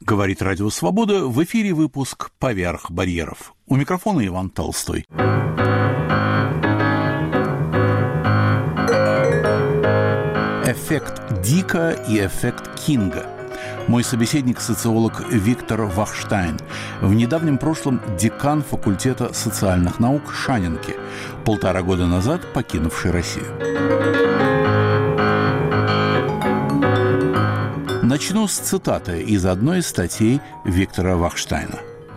Говорит Радио Свобода, в эфире выпуск «Поверх барьеров». У микрофона Иван Толстой. Эффект Дика и эффект Кинга. Мой собеседник – социолог Виктор Вахштайн, в недавнем прошлом декан факультета социальных наук Шанинки, 1,5 года назад покинувший Россию. Начну с цитаты из одной из статей Виктора Вахштайна.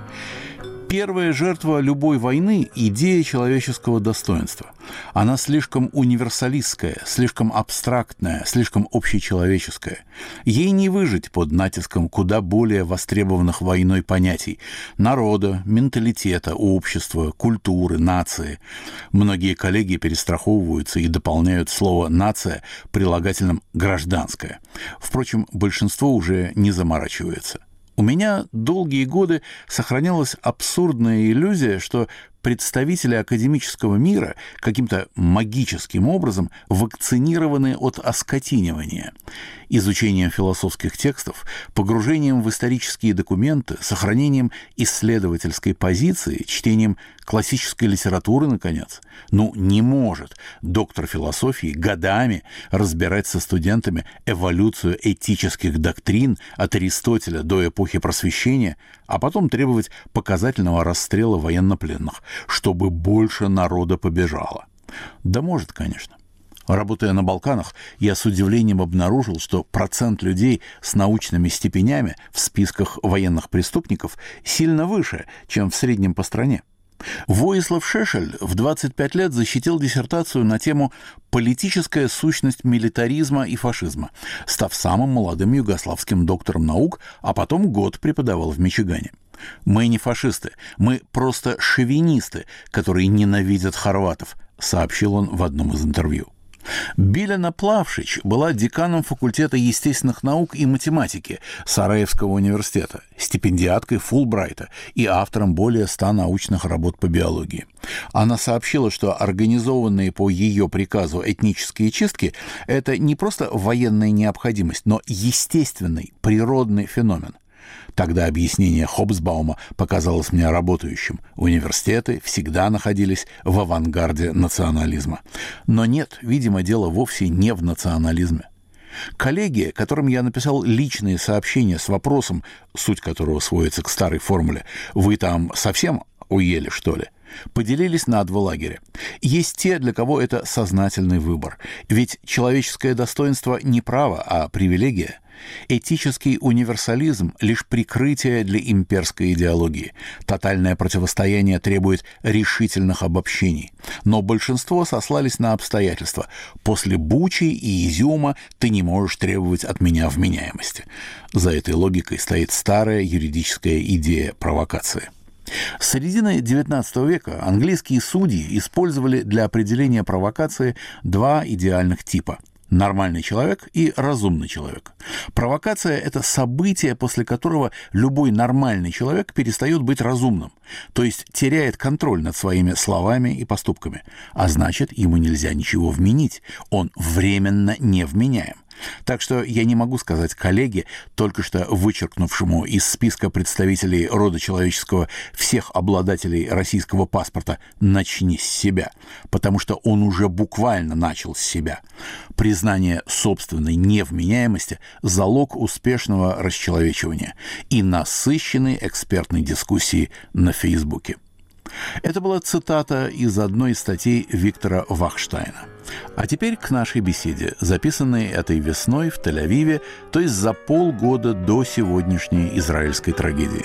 Первая жертва любой войны – идея человеческого достоинства. Она слишком универсалистская, слишком абстрактная, слишком общечеловеческая. Ей не выжить под натиском куда более востребованных войной понятий – народа, менталитета, общества, культуры, нации. Многие коллеги перестраховываются и дополняют слово «нация» прилагательным «гражданское». Впрочем, большинство уже не заморачивается. У меня долгие годы сохранялась абсурдная иллюзия, что представители академического мира каким-то магическим образом вакцинированы от оскотинивания. Изучением философских текстов, погружением в исторические документы, сохранением исследовательской позиции, чтением классической литературы, наконец. Не может доктор философии годами разбирать со студентами эволюцию этических доктрин от Аристотеля до эпохи Просвещения, а потом требовать показательного расстрела военнопленных, чтобы больше народа побежало. Да может, конечно. Работая на Балканах, я с удивлением обнаружил, что процент людей с научными степенями в списках военных преступников сильно выше, чем в среднем по стране. Воислав Шешель в 25 лет защитил диссертацию на тему «Политическая сущность милитаризма и фашизма», став самым молодым югославским доктором наук, а потом год преподавал в Мичигане. «Мы не фашисты, мы просто шовинисты, которые ненавидят хорватов», сообщил он в одном из интервью. Биляна Плавшич была деканом факультета естественных наук и математики Сараевского университета, стипендиаткой Фулбрайта и автором более 100 научных работ по биологии. Она сообщила, что организованные по ее приказу этнические чистки – это не просто военная необходимость, но естественный, природный феномен. Тогда объяснение Хобсбаума показалось мне работающим. Университеты всегда находились в авангарде национализма. Но нет, видимо, дело вовсе не в национализме. Коллеги, которым я написал личные сообщения с вопросом, суть которого сводится к старой формуле «Вы там совсем уели, что ли?», поделились на 2 лагеря. Есть те, для кого это сознательный выбор. Ведь человеческое достоинство не право, а привилегия. Этический универсализм – лишь прикрытие для имперской идеологии. Тотальное противостояние требует решительных обобщений. Но большинство сослались на обстоятельства. После Бучи и Изюма ты не можешь требовать от меня вменяемости. За этой логикой стоит старая юридическая идея провокации. С середины XIX века английские судьи использовали для определения провокации 2 идеальных типа – нормальный человек и разумный человек. Провокация – это событие, после которого любой нормальный человек перестает быть разумным, то есть теряет контроль над своими словами и поступками, а значит, ему нельзя ничего вменить, он временно невменяем. Так что я не могу сказать коллеге, только что вычеркнувшему из списка представителей рода человеческого всех обладателей российского паспорта «начни с себя», потому что он уже буквально начал с себя. Признание собственной невменяемости – залог успешного расчеловечивания и насыщенной экспертной дискуссии на Фейсбуке. Это была цитата из одной из статей Виктора Вахштайна. А теперь к нашей беседе, записанной этой весной в Тель-Авиве, то есть за полгода до сегодняшней израильской трагедии.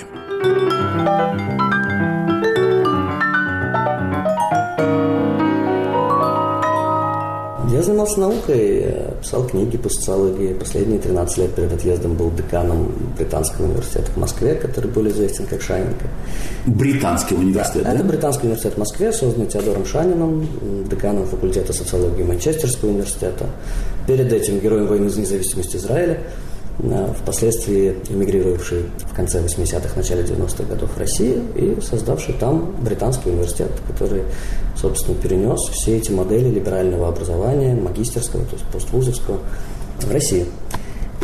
Я занимался наукой, писал книги по социологии. Последние 13 лет перед отъездом был деканом Британского университета в Москве, который более известен как Шанинка. Британский университет, да? Это Британский университет в Москве, созданный Теодором Шанином, деканом факультета социологии Манчестерского университета. Перед этим героем войны за независимость Израиля, впоследствии эмигрировавший в конце 80-х, начале 90-х годов в Россию и создавший там Британский университет, который, собственно, перенес все эти модели либерального образования, магистерского, то есть поствузовского, в Россию.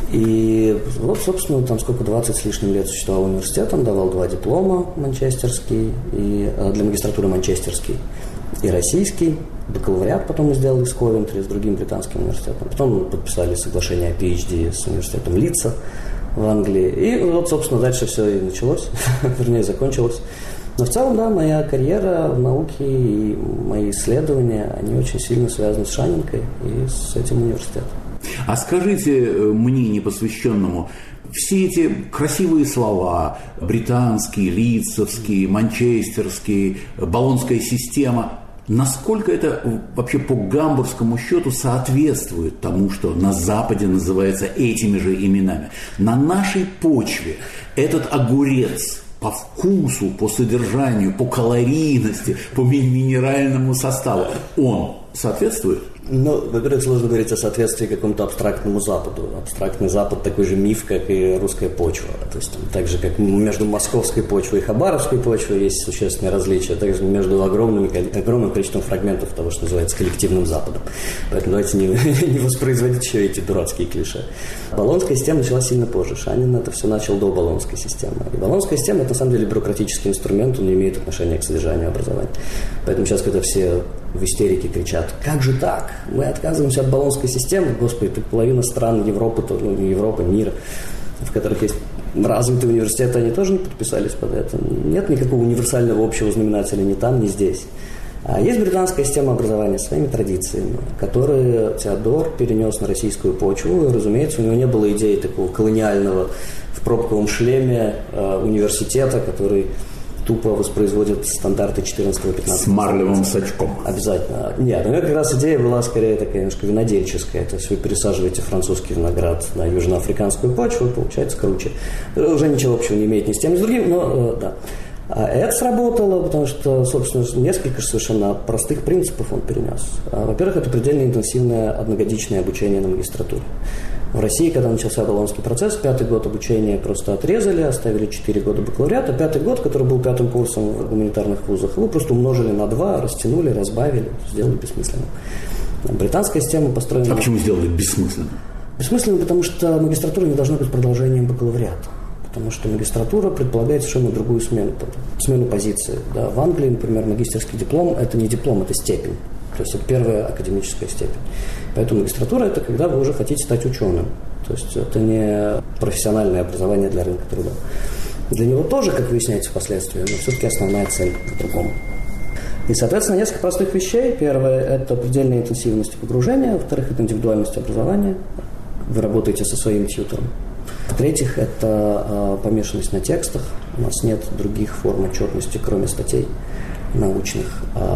И вот, собственно, там сколько, 20 с лишним лет существовал университет, он давал 2 диплома, манчестерский, и для магистратуры манчестерский и российский. Бакалавриат потом мы сделали с Ковентри, с другим британским университетом. Потом мы подписали соглашение о PhD с университетом Лидса в Англии. И вот, собственно, дальше все и началось, вернее, закончилось. Но в целом, да, моя карьера в науке и мои исследования, они очень сильно связаны с Шанинкой и с этим университетом. А скажите мне, непосвященному, все эти красивые слова, британский, лидсовский, манчестерский, болонская система, насколько это вообще по гамбургскому счету соответствует тому, что на Западе называется этими же именами? На нашей почве этот огурец по вкусу, по содержанию, по калорийности, по минеральному составу, он соответствует? Ну, во-первых, сложно говорить о соответствии какому-то абстрактному Западу. Абстрактный Запад такой же миф, как и русская почва. То есть так же, как между московской почвой и хабаровской почвой есть существенные различия, также между огромным количеством фрагментов того, что называется коллективным Западом. Поэтому давайте не воспроизводить еще эти дурацкие клише. Болонская система началась сильно позже. Шанин это все начал до Болонской системы. И Болонская система это на самом деле бюрократический инструмент, он не имеет отношения к содержанию образования. Поэтому сейчас, когда все в истерике кричат: как же так? Мы отказываемся от Болонской системы. Господи, тут половина стран Европы, не Европы, мира, в которых есть развитые университеты, они тоже не подписались под это. Нет никакого универсального общего знаменателя ни там, ни здесь. А есть британская система образования с своими традициями, которые Теодор перенес на российскую почву. И, разумеется, у него не было идеи такого колониального в пробковом шлеме университета, который тупо воспроизводит стандарты 14-15. С марлевым сачком. Обязательно. Нет, у меня как раз идея была скорее такая немножко винодельческая. То есть вы пересаживаете французский виноград на южноафриканскую почву, получается круче. Уже ничего общего не имеет ни с тем, ни с другим, но да. А это сработало, потому что, собственно, несколько совершенно простых принципов он перенес. Во-первых, это предельно интенсивное одногодичное обучение на магистратуре. В России, когда начался Болонский процесс, 5-й год обучения просто отрезали, оставили 4 года бакалавриата. 5-й год, который был 5-м курсом в гуманитарных вузах, его просто умножили на 2, растянули, разбавили, сделали бессмысленным. Британская система построена... А почему сделали бессмысленным? Бессмысленным, потому что магистратура не должна быть продолжением бакалавриата. Потому что магистратура предполагает совершенно другую смену позиции. Да, в Англии, например, магистерский диплом – это не диплом, это степень. То есть это первая академическая степень. Поэтому магистратура – это когда вы уже хотите стать ученым. То есть это не профессиональное образование для рынка труда. Для него тоже, как выясняется впоследствии, но все-таки основная цель в другом. И, соответственно, несколько простых вещей. Первое – это предельная интенсивность погружения. Во-вторых, это индивидуальность образования. Вы работаете со своим тьютором. В-третьих, это помешанность на текстах. У нас нет других форм отчетности, кроме статей научных.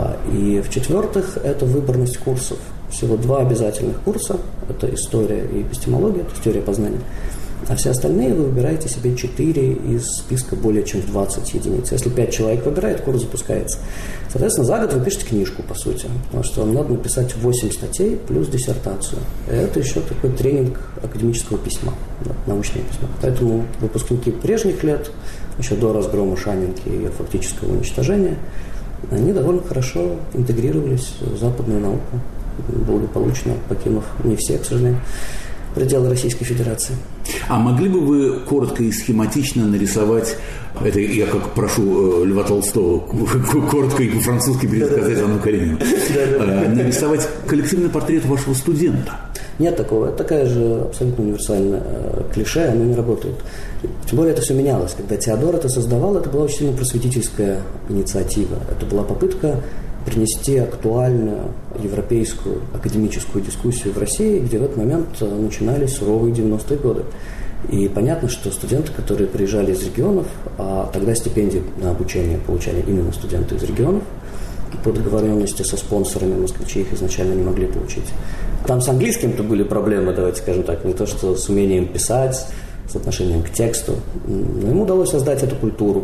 И в-четвертых, это выборность курсов. Всего 2 обязательных курса. Это история и эпистемология, то есть теория познания. А все остальные вы выбираете себе 4 из списка более чем в 20 единиц. Если 5 человек выбирает, курс запускается. Соответственно, за год вы пишете книжку, по сути. Потому что вам надо написать 8 статей плюс диссертацию. И это еще такой тренинг академического письма, да, научного письма. Поэтому выпускники прежних лет, еще до разгрома Шанинки и ее фактического уничтожения, они довольно хорошо интегрировались в западную науку, благополучно покинув не все, к сожалению, пределы Российской Федерации. А могли бы вы коротко и схематично нарисовать, это я как прошу Льва Толстого, коротко и по-французски пересказать Анну Каренину, нарисовать коллективный портрет вашего студента? Нет такого. Это такая же абсолютно универсальная клише, оно не работает. Тем более это все менялось. Когда Теодор это создавал, это была очень сильно просветительская инициатива. Это была попытка принести актуальную европейскую академическую дискуссию в России, где в этот момент начинались суровые 90-е годы. И понятно, что студенты, которые приезжали из регионов, а тогда стипендии на обучение получали именно студенты из регионов, по договоренности со спонсорами москвичи их изначально не могли получить. Там с английским-то были проблемы, давайте скажем так, не то что с умением писать, с отношением к тексту. Но ему удалось создать эту культуру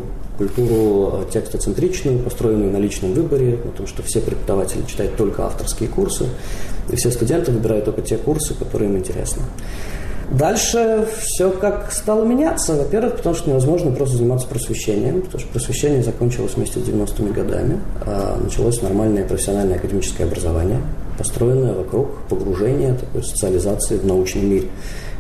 текстоцентричную, построенную на личном выборе, потому что все преподаватели читают только авторские курсы, и все студенты выбирают только те курсы, которые им интересны. Дальше все как стало меняться. Во-первых, потому что невозможно просто заниматься просвещением, потому что просвещение закончилось вместе с 90-ми годами, а началось нормальное профессиональное академическое образование, построенное вокруг погружения, такой социализации в научный мир.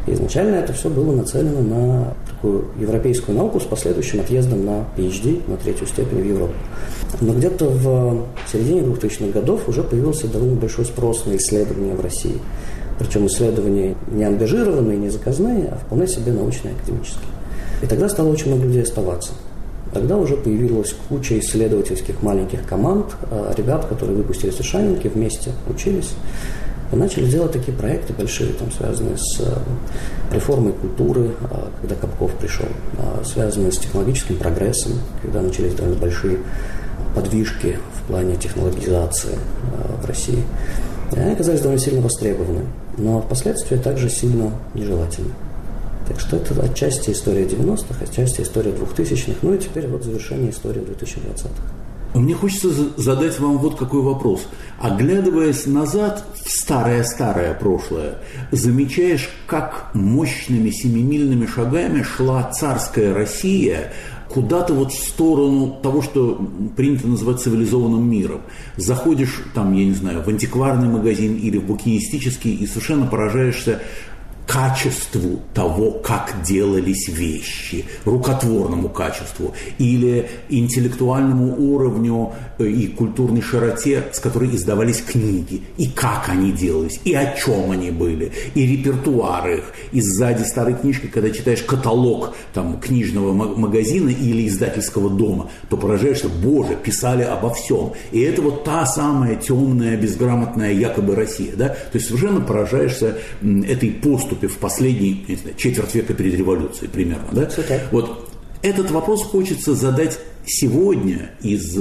И изначально это все было нацелено на такую европейскую науку с последующим отъездом на PhD, на 3-ю степень в Европу. Но где-то в середине 2000-х годов уже появился довольно большой спрос на исследования в России. Причем исследования не ангажированные, не заказные, а вполне себе научные, академические. И тогда стало очень много людей оставаться. Тогда уже появилась куча исследовательских маленьких команд, ребят, которые выпустились из Шанинки, вместе учились. И начали делать такие проекты большие, там, связанные с реформой культуры, когда Капков пришел, связанные с технологическим прогрессом, когда начались довольно большие подвижки в плане технологизации в России. И они оказались довольно сильно востребованы, но впоследствии также сильно нежелательны. Так что это отчасти история 90-х, отчасти история 2000-х, ну и теперь вот завершение истории 2020-х. Мне хочется задать вам вот какой вопрос. Оглядываясь назад в старое-старое прошлое, замечаешь, как мощными семимильными шагами шла царская Россия куда-то вот в сторону того, что принято называть цивилизованным миром. Заходишь там, я не знаю, в антикварный магазин или в букинистический и совершенно поражаешься качеству того, как делались вещи, рукотворному качеству или интеллектуальному уровню и культурной широте, с которой издавались книги, и как они делались, и о чем они были, и репертуар их, и сзади старой книжки, когда читаешь каталог там, книжного магазина или издательского дома, то поражаешься, боже, писали обо всем. И это вот та самая темная, безграмотная якобы Россия. Да? То есть совершенно поражаешься этой поступью в последней, не знаю, четверть века перед революцией примерно. Да? Вот этот вопрос хочется задать сегодня, из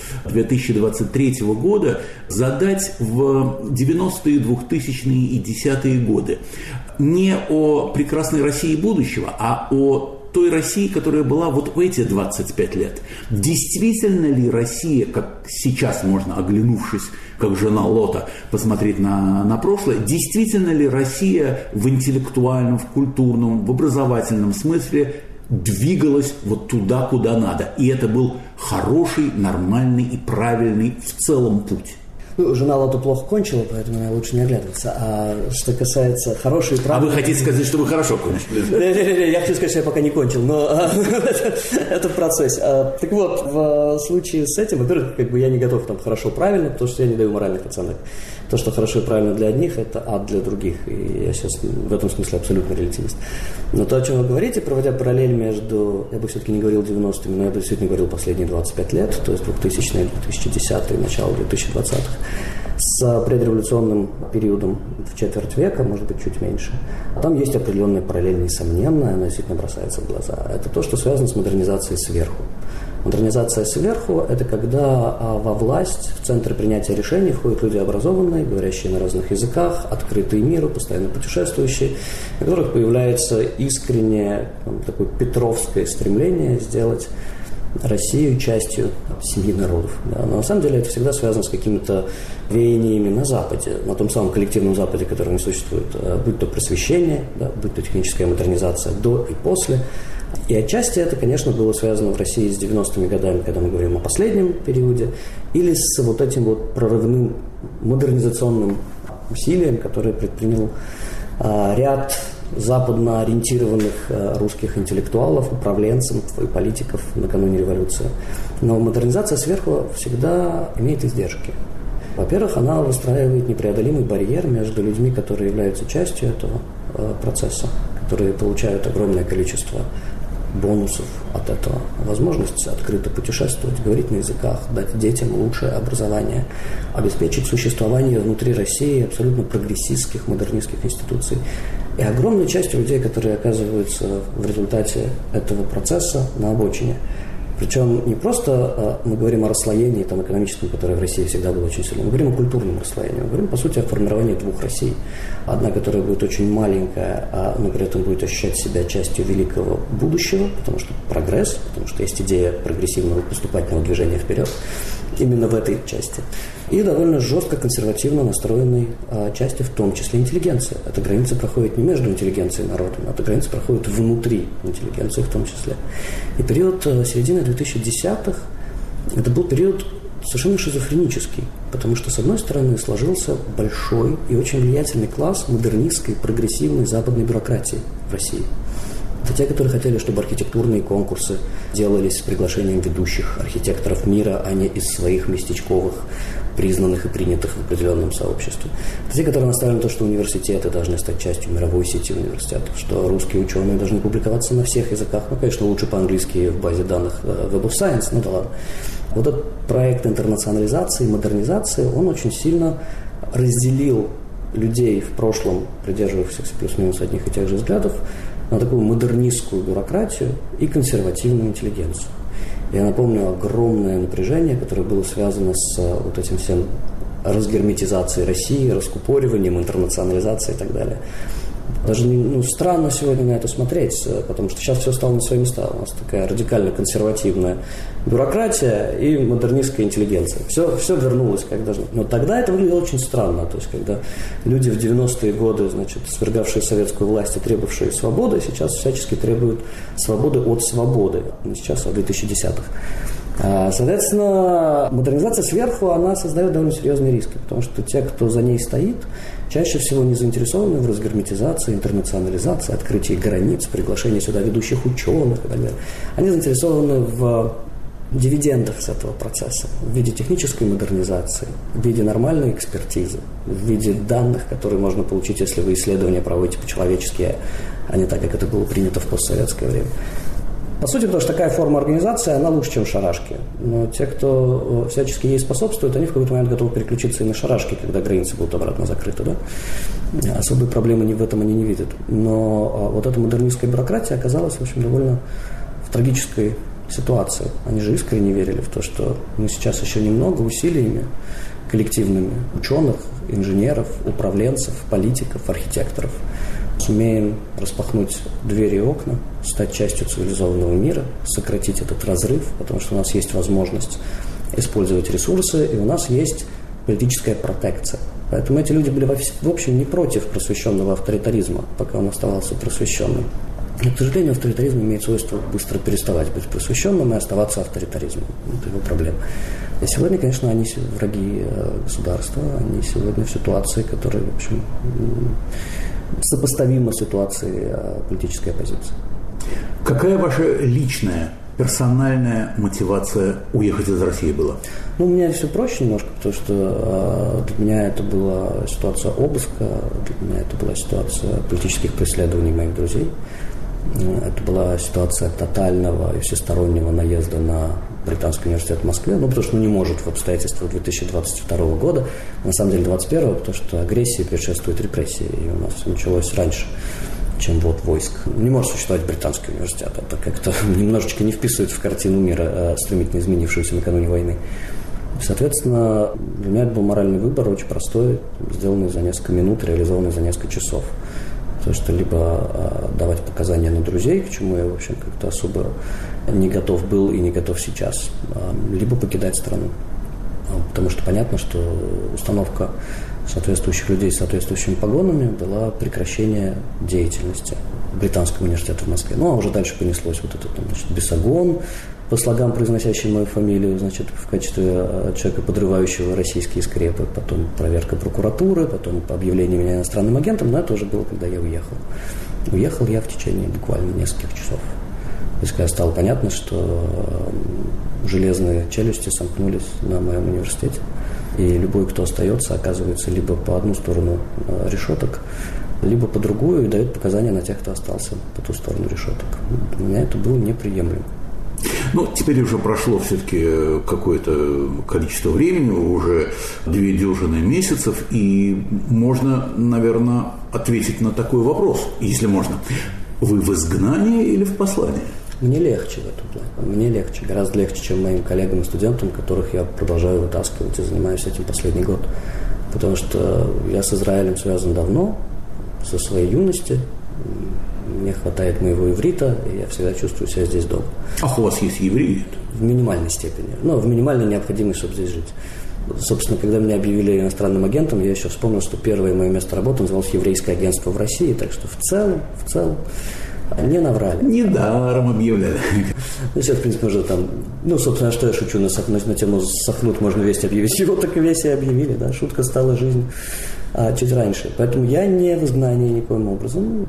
2023 года, задать в 90-е, 2000-е и 10-е годы. Не о прекрасной России будущего, а о той России, которая была вот в эти 25 лет. Действительно ли Россия, как сейчас можно, оглянувшись, как жена Лота, посмотреть на прошлое, действительно ли Россия в интеллектуальном, в культурном, в образовательном смысле двигалась вот туда, куда надо? И это был хороший, нормальный и правильный в целом путь. Ну, жена Лоту плохо кончила, поэтому мне лучше не оглядываться. А что касается хорошей и правильной... А вы хотите сказать, что вы хорошо кончили? Я хочу сказать, что я пока не кончил, но это в процессе. Так вот, в случае с этим, во-первых, как бы я не готов там хорошо, правильно, потому что я не даю моральных оценок. То, что хорошо и правильно для одних, это ад для других. И я сейчас в этом смысле абсолютно релятивист. Но то, о чем вы говорите, проводя параллель между, я бы все-таки не говорил 90-ми, но я бы действительно говорил последние 25 лет, то есть 2000-е, 2010-е, начало 2020-х, с предреволюционным периодом в четверть века, может быть, чуть меньше. Там есть определенная параллель, несомненная, она действительно бросается в глаза. Это то, что связано с модернизацией сверху. Модернизация сверху – это когда во власть, в центры принятия решений входят люди образованные, говорящие на разных языках, открытые миру, постоянно путешествующие, у которых появляется искреннее такое петровское стремление сделать Россию частью семьи народов. Да. Но на самом деле это всегда связано с какими-то веяниями на Западе, на том самом коллективном Западе, который не существует, будь то просвещение, да, будь то техническая модернизация до и после. И отчасти это, конечно, было связано в России с 90-ми годами, когда мы говорим о последнем периоде, или с вот этим вот прорывным модернизационным усилием, которое предпринял ряд западно ориентированных русских интеллектуалов, управленцев и политиков накануне революции. Но модернизация сверху всегда имеет издержки. Во-первых, она выстраивает непреодолимый барьер между людьми, которые являются частью этого процесса, которые получают огромное количество бонусов от этого, возможность открыто путешествовать, говорить на языках, дать детям лучшее образование, обеспечить существование внутри России абсолютно прогрессистских, модернистских институций. И огромной частью людей, которые оказываются в результате этого процесса на обочине. Причем не просто мы говорим о расслоении там, экономическом, которое в России всегда было очень сильным, мы говорим о культурном расслоении, мы говорим, по сути, о формировании двух Россий. Одна, которая будет очень маленькая, но при этом будет ощущать себя частью великого будущего, потому что прогресс, потому что есть идея прогрессивного поступательного движения вперед, именно в этой части. И довольно жестко консервативно настроенной части, в том числе интеллигенции. Эта граница проходит не между интеллигенцией и народом, эта граница проходит внутри интеллигенции в том числе. И период середины 2010-х это был период совершенно шизофренический, потому что, с одной стороны, сложился большой и очень влиятельный класс модернистской, прогрессивной западной бюрократии в России. Это те, которые хотели, чтобы архитектурные конкурсы делались с приглашением ведущих архитекторов мира, а не из своих местечковых, признанных и принятых в определенном сообществе. Это те, которые наставили на то, что университеты должны стать частью мировой сети университетов, что русские ученые должны публиковаться на всех языках. Ну, конечно, лучше по-английски в базе данных Web of Science, ну да ладно. Вот этот проект интернационализации, модернизации, он очень сильно разделил людей в прошлом, придерживавшихся плюс-минус одних и тех же взглядов, на такую модернистскую бюрократию и консервативную интеллигенцию. Я напомню огромное напряжение, которое было связано с вот этим всем разгерметизацией России, раскупориванием, интернационализацией и так далее. Даже странно сегодня на это смотреть, потому что сейчас все стало на свои места. У нас такая радикально консервативная бюрократия и модернистская интеллигенция. Все вернулось как должно. Но тогда это выглядело очень странно. То есть, когда люди в 90-е годы, свергавшие советскую власть и требовавшие свободы, сейчас всячески требуют свободы от свободы. Сейчас, в 2010-х. Соответственно, модернизация сверху, она создает довольно серьезные риски, потому что те, кто за ней стоит, чаще всего не заинтересованы в разгерметизации, интернационализации, открытии границ, приглашении сюда ведущих ученых и так далее. Они заинтересованы в дивидендах с этого процесса, в виде технической модернизации, в виде нормальной экспертизы, в виде данных, которые можно получить, если вы исследования проводите по-человечески, а не так, как это было принято в постсоветское время. По сути, потому что такая форма организации, она лучше, чем шарашки. Но те, кто всячески ей способствует, они в какой-то момент готовы переключиться и на шарашки, когда границы будут обратно закрыты. Да? Особой проблемы в этом они не видят. Но вот эта модернистская бюрократия оказалась, в общем, довольно в трагической ситуации. Они же искренне верили в то, что мы сейчас еще немного усилиями коллективными ученых, инженеров, управленцев, политиков, архитекторов сумеем распахнуть двери и окна, стать частью цивилизованного мира, сократить этот разрыв, потому что у нас есть возможность использовать ресурсы, и у нас есть политическая протекция. Поэтому эти люди были, в общем, не против просвещенного авторитаризма, пока он оставался просвещенным. Но, к сожалению, авторитаризм имеет свойство быстро переставать быть просвещенным и оставаться авторитаризмом. Это его проблема. И сегодня, конечно, они враги государства, они сегодня в ситуации, которая, в общем, сопоставима с ситуацией политической оппозиции. Какая ваша личная, персональная мотивация уехать из России была? У меня все проще немножко, потому что для меня это была ситуация обыска, для меня это была ситуация политических преследований моих друзей. Это была ситуация тотального и всестороннего наезда на Британский университет в Москве, потому что не может в обстоятельствах 2022 года, на самом деле 2021, потому что агрессии предшествует репрессии, и у нас все началось раньше, чем ввод войск. Не может существовать Британский университет, это как-то немножечко не вписывается в картину мира, стремительно изменившуюся накануне войны. Соответственно, для меня это был моральный выбор, очень простой, сделанный за несколько минут, реализованный за несколько часов. То, что либо давать показания на друзей, к чему я, в общем, как-то особо не готов был и не готов сейчас, либо покидать страну. Потому что понятно, что установка соответствующих людей с соответствующими погонами была прекращение деятельности Британского университета в Москве. Ну, а уже дальше понеслось вот этот, Бесогон, по слогам произносящий мою фамилию, в качестве человека, подрывающего российские скрепы, потом проверка прокуратуры, потом объявление меня иностранным агентом, но это уже было, когда я уехал. Уехал я в течение буквально нескольких часов. То есть, когда стало понятно, что железные челюсти сомкнулись на моем университете, и любой, кто остается, оказывается либо по одну сторону решеток, либо по другую, и дает показания на тех, кто остался по ту сторону решеток. Для меня это было неприемлемо. Теперь уже прошло все-таки какое-то количество времени, уже 2 дюжины месяцев, и можно, наверное, ответить на такой вопрос, если можно. Вы в изгнании или в послании? Мне легче в этом плане. Мне легче, гораздо легче, чем моим коллегам и студентам, которых я продолжаю вытаскивать и занимаюсь этим последний год. Потому что я с Израилем связан давно, со своей юности. Мне хватает моего иврита, и я всегда чувствую себя здесь дома. У вас есть евреи? В минимальной степени. В минимальной необходимости, чтобы здесь жить. Собственно, когда меня объявили иностранным агентом, я еще вспомнил, что первое мое место работы называлось «Еврейское агентство в России», так что в целом не наврали. Недаром объявляли. Ну, сейчас, в принципе, уже там... Ну, собственно, что я шучу на тему «Сахнут можно весть объявить». Его так и весть и объявили, да. Шутка стала жизнью чуть раньше. Поэтому я не в изгнании никоим образом.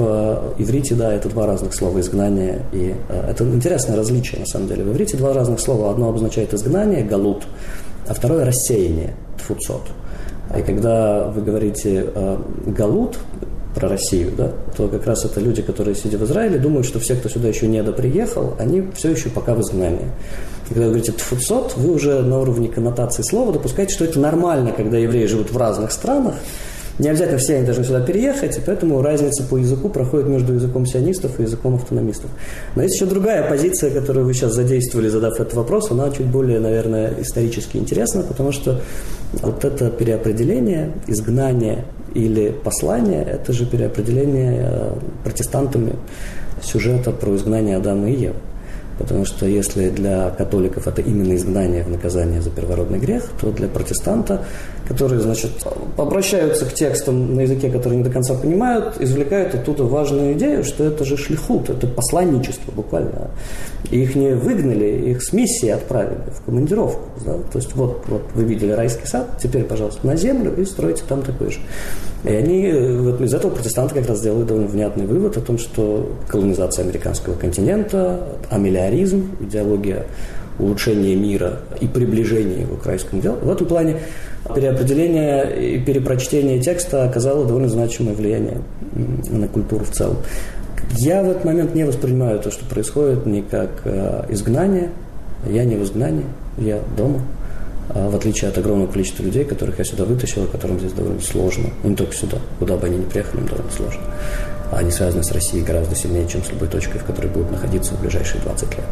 В иврите, да, это два разных слова «изгнание». И это интересное различие, на самом деле. В иврите два разных слова. Одно обозначает изгнание, галут, а второе рассеяние, тфуцот. И когда вы говорите галут, про Россию, да, то как раз это люди, которые, сидя в Израиле, думают, что все, кто сюда еще не доприехал, они все еще пока в изгнании. И когда вы говорите «тфуцот», вы уже на уровне коннотации слова допускаете, что это нормально, когда евреи живут в разных странах. Не обязательно все они должны сюда переехать, и поэтому разница по языку проходит между языком сионистов и языком автономистов. Но есть еще другая позиция, которую вы сейчас задействовали, задав этот вопрос, она чуть более, наверное, исторически интересна, потому что вот это переопределение, изгнание или послание, это же переопределение протестантами сюжета про изгнание Адама и Евы. Потому что если для католиков это именно изгнание в наказание за первородный грех, то для протестанта, которые, значит, обращаются к текстам на языке, который не до конца понимают, извлекают оттуда важную идею, что это же шлихут, это посланничество буквально. И их не выгнали, их с миссией отправили в командировку. Да? То есть вот вы видели райский сад, теперь, пожалуйста, на землю и стройте там такой же. И они, вот из этого протестанты как раз делают довольно внятный вывод о том, что колонизация американского континента, амелиоризм, идеология улучшения мира и приближения его к райскому делу, в этом плане переопределение и перепрочтение текста оказало довольно значимое влияние на культуру в целом. Я в этот момент не воспринимаю то, что происходит, не как изгнание. Я не в изгнании, я дома. В отличие от огромного количества людей, которых я сюда вытащил, которым здесь довольно сложно. Ну, не только сюда, куда бы они ни приехали, им довольно сложно. Они связаны с Россией гораздо сильнее, чем с любой точкой, в которой будут находиться в ближайшие 20 лет.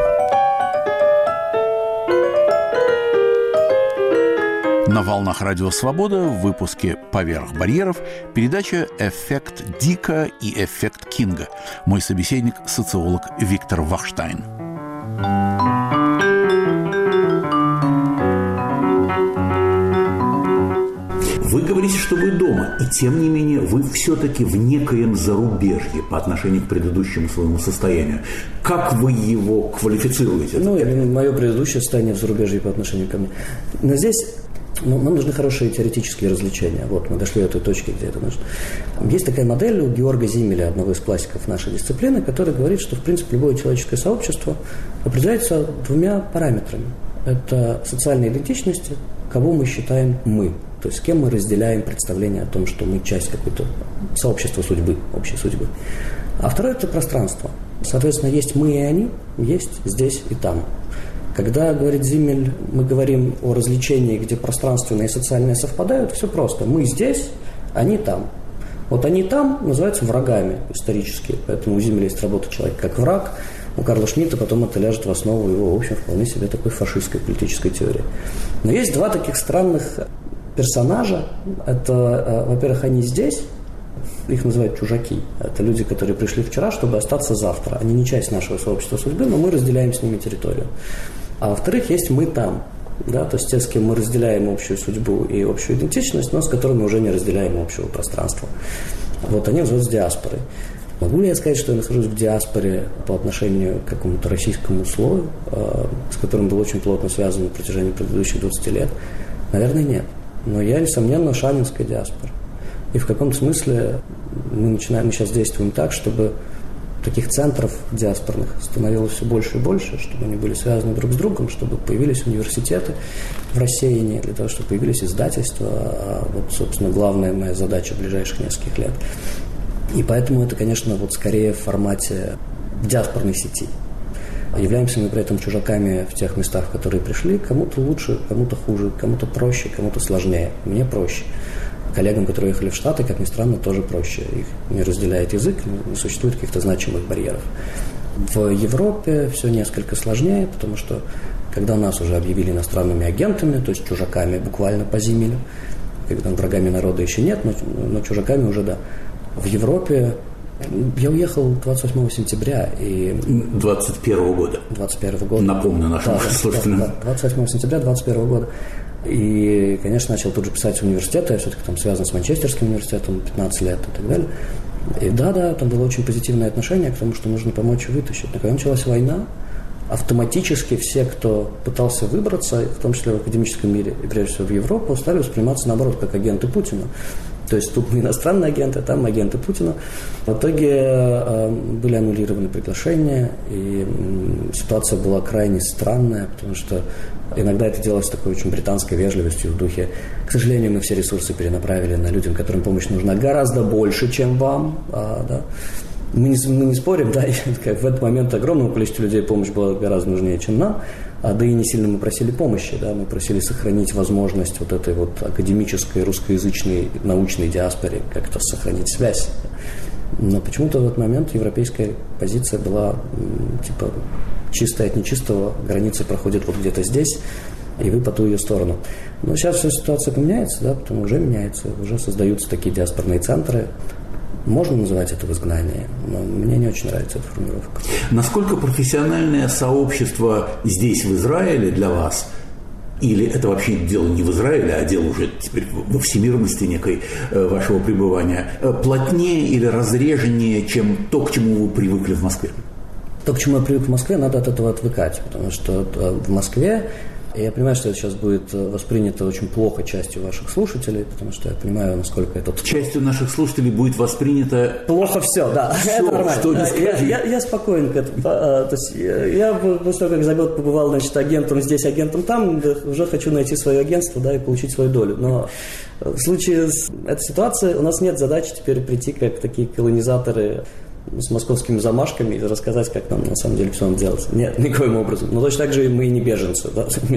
На волнах Радио Свобода в выпуске «Поверх барьеров» передача «Эффект Дика и эффект Кинга». Мой собеседник – социолог Виктор Вахштайн. Вы говорите, что вы дома, и тем не менее вы все-таки в некоем зарубежье по отношению к предыдущему своему состоянию. Как вы его квалифицируете? Ну, мое предыдущее состояние в зарубежье по отношению ко мне. Но здесь нам нужны хорошие теоретические развлечения. Вот мы дошли до той точки, где это нужно. Есть такая модель у Георга Зиммеля, одного из классиков нашей дисциплины, который говорит, что, в принципе, любое человеческое сообщество определяется двумя параметрами. Это социальная идентичность, кого мы считаем мы. То есть с кем мы разделяем представление о том, что мы часть какой-то сообщества судьбы, общей судьбы. А второе – это пространство. Соответственно, есть мы и они, есть здесь и там. Когда, говорит Зиммель, мы говорим о развлечении, где пространственное и социальное совпадают, все просто. Мы здесь, они там. Вот они там называются врагами исторически. Поэтому у Зиммеля есть работа «Человек как враг». У Карла Шмидта потом это ляжет в основу его, в общем, вполне себе такой фашистской политической теории. Но есть два таких странных персонажа. Это, во-первых, они здесь, их называют чужаки. Это люди, которые пришли вчера, чтобы остаться завтра. Они не часть нашего сообщества судьбы, но мы разделяем с ними территорию. А во-вторых, есть мы там. Да, то есть те, с кем мы разделяем общую судьбу и общую идентичность, но с которыми уже не разделяем общего пространства. Вот они называются диаспорой. Могу ли я сказать, что я нахожусь в диаспоре по отношению к какому-то российскому слою, с которым был очень плотно связан на протяжении предыдущих 20 лет? Наверное, нет. Но я, несомненно, шанинская диаспора. И в каком-то смысле мы сейчас действуем так, чтобы таких центров диаспорных становилось все больше и больше, чтобы они были связаны друг с другом, чтобы появились университеты в рассеянии, для того, чтобы появились издательства. А вот, собственно, главная моя задача ближайших нескольких лет. И поэтому это, конечно, вот скорее в формате диаспорной сети. Являемся мы при этом чужаками в тех местах, в которые пришли. Кому-то лучше, кому-то хуже, кому-то проще, кому-то сложнее. Мне проще. Коллегам, которые ехали в Штаты, как ни странно, тоже проще. Их не разделяет язык, не существует каких-то значимых барьеров. В Европе все несколько сложнее, потому что когда нас уже объявили иностранными агентами, то есть чужаками буквально по Зиммелю, когда врагами народа еще нет, но чужаками уже да. В Европе я уехал 28 сентября. 21 года. 21 года. Напомню нашим слушателям. Да, 28 сентября 21 года. И, конечно, начал тут же писать в университет. Я все-таки там связан с Манчестерским университетом 15 лет и так далее. И да, там было очень позитивное отношение к тому, что нужно помочь вытащить. Но когда началась война, автоматически все, кто пытался выбраться, в том числе в академическом мире и прежде всего в Европу, стали восприниматься наоборот как агенты Путина. То есть тут мы иностранные агенты, а там агенты Путина. В итоге были аннулированы приглашения, и ситуация была крайне странная, потому что иногда это делалось с такой очень британской вежливостью в духе: к сожалению, мы все ресурсы перенаправили на людям, которым помощь нужна гораздо больше, чем вам. Да. Мы не спорим, да, и как в этот момент огромному количеству людей помощь была гораздо нужнее, чем нам, да и не сильно мы просили помощи, да, мы просили сохранить возможность вот этой вот академической, русскоязычной, научной диаспоре как-то сохранить связь. Но почему-то в этот момент европейская позиция была типа чистая от нечистого, граница проходит вот где-то здесь, и вы по ту ее сторону. Но сейчас вся ситуация поменяется, да, потому уже меняется, уже создаются такие диаспорные центры. Можно называть это изгнание, но мне не очень нравится эта формулировка. Насколько профессиональное сообщество здесь, в Израиле, для вас, или это вообще дело не в Израиле, а дело уже теперь во всемирности некой вашего пребывания, плотнее или разреженнее, чем то, к чему вы привыкли в Москве? То, к чему я привык в Москве, надо от этого отвыкать, потому что в Москве, я понимаю, что это сейчас будет воспринято очень плохо частью ваших слушателей, потому что я понимаю, насколько это... Частью наших слушателей будет воспринято... Плохо все, да, все, это нормально. Что не скажи. Я спокоен к этому. То есть я после того, как за год побывал, значит, агентом здесь, агентом там, уже хочу найти свое агентство, да, и получить свою долю. Но в случае с этой ситуацией у нас нет задачи теперь прийти как такие колонизаторы с московскими замашками и рассказать, как нам на самом деле все надо делать. Нет, никоим образом. Но точно так же мы и не беженцы. Да? Мы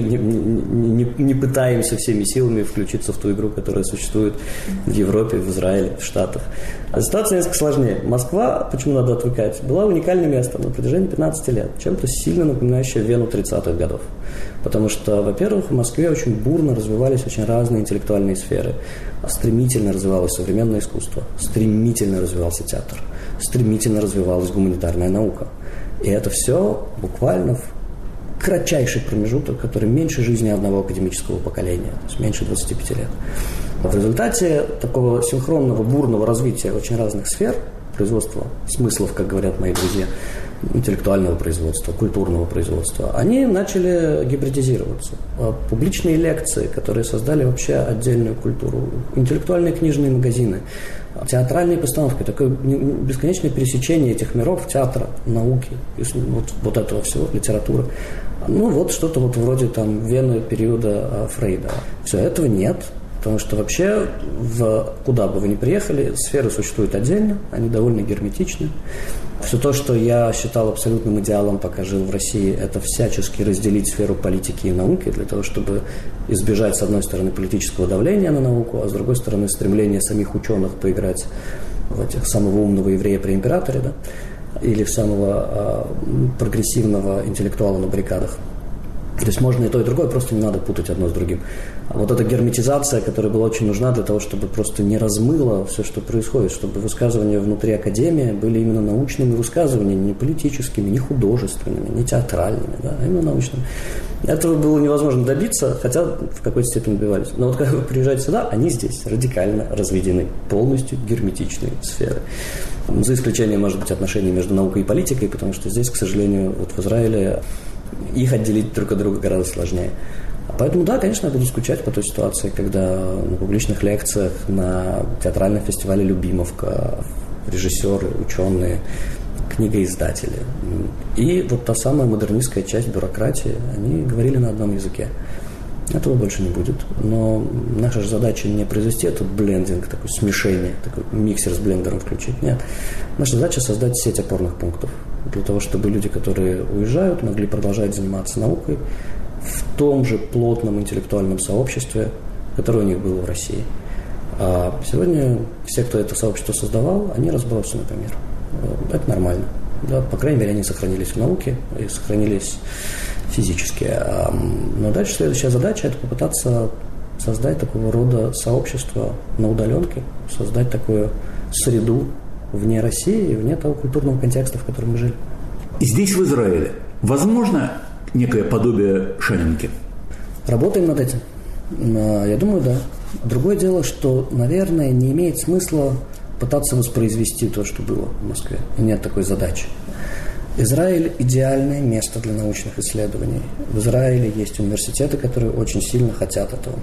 не пытаемся всеми силами включиться в ту игру, которая существует в Европе, в Израиле, в Штатах. А ситуация несколько сложнее. Москва, почему надо отвыкать, была уникальным местом на протяжении 15 лет. Чем-то сильно напоминающее Вену 30-х годов. Потому что, во-первых, в Москве очень бурно развивались очень разные интеллектуальные сферы. Стремительно развивалось современное искусство, стремительно развивался театр, стремительно развивалась гуманитарная наука. И это все буквально в кратчайший промежуток, который меньше жизни одного академического поколения, то есть меньше 25 лет. В результате такого синхронного, бурного развития очень разных сфер, производства смыслов, как говорят мои друзья, интеллектуального производства, культурного производства, они начали гибридизироваться. Публичные лекции, которые создали вообще отдельную культуру, интеллектуальные книжные магазины, театральные постановки, такое бесконечное пересечение этих миров, театра, науки, вот этого всего, литературы. Ну, вот что-то вот вроде там Вены периода Фрейда. Все этого нет. Потому что вообще, куда бы вы ни приехали, сферы существуют отдельно, они довольно герметичны. Все то, что я считал абсолютным идеалом, пока жил в России, это всячески разделить сферу политики и науки для того, чтобы избежать, с одной стороны, политического давления на науку, а с другой стороны, стремления самих ученых поиграть в этих самого умного еврея при императоре, да, или в самого прогрессивного интеллектуала на баррикадах. То есть можно и то, и другое, просто не надо путать одно с другим. А вот эта герметизация, которая была очень нужна для того, чтобы просто не размыло все, что происходит, чтобы высказывания внутри академии были именно научными высказываниями, не политическими, не художественными, не театральными, да, а именно научными. Этого было невозможно добиться, хотя в какой-то степени добивались. Но вот когда вы приезжаете сюда, они здесь радикально разведены, полностью герметичные сферы. За исключением, может быть, отношений между наукой и политикой, потому что здесь, к сожалению, вот в Израиле их отделить друг от друга гораздо сложнее. Поэтому, да, конечно, я буду скучать по той ситуации, когда на публичных лекциях, на театральном фестивале «Любимовка» режиссеры, ученые, книгоиздатели и вот та самая модернистская часть бюрократии, они говорили на одном языке. Этого больше не будет. Но наша же задача не произвести этот блендинг, такое смешение, такой миксер с блендером включить. Нет. Наша задача создать сеть опорных пунктов для того, чтобы люди, которые уезжают, могли продолжать заниматься наукой в том же плотном интеллектуальном сообществе, которое у них было в России. А сегодня все, кто это сообщество создавал, они разбросаны по миру. Это нормально. Да, по крайней мере, они сохранились в науке и сохранились физически. Но дальше следующая задача – это попытаться создать такого рода сообщество на удаленке, создать такую среду вне России и вне того культурного контекста, в котором мы жили. Здесь, в Израиле, возможно некое подобие Шанинки? Работаем над этим. Я думаю, да. Другое дело, что, наверное, не имеет смысла пытаться воспроизвести то, что было в Москве. И нет такой задачи. Израиль – идеальное место для научных исследований. В Израиле есть университеты, которые очень сильно хотят этого.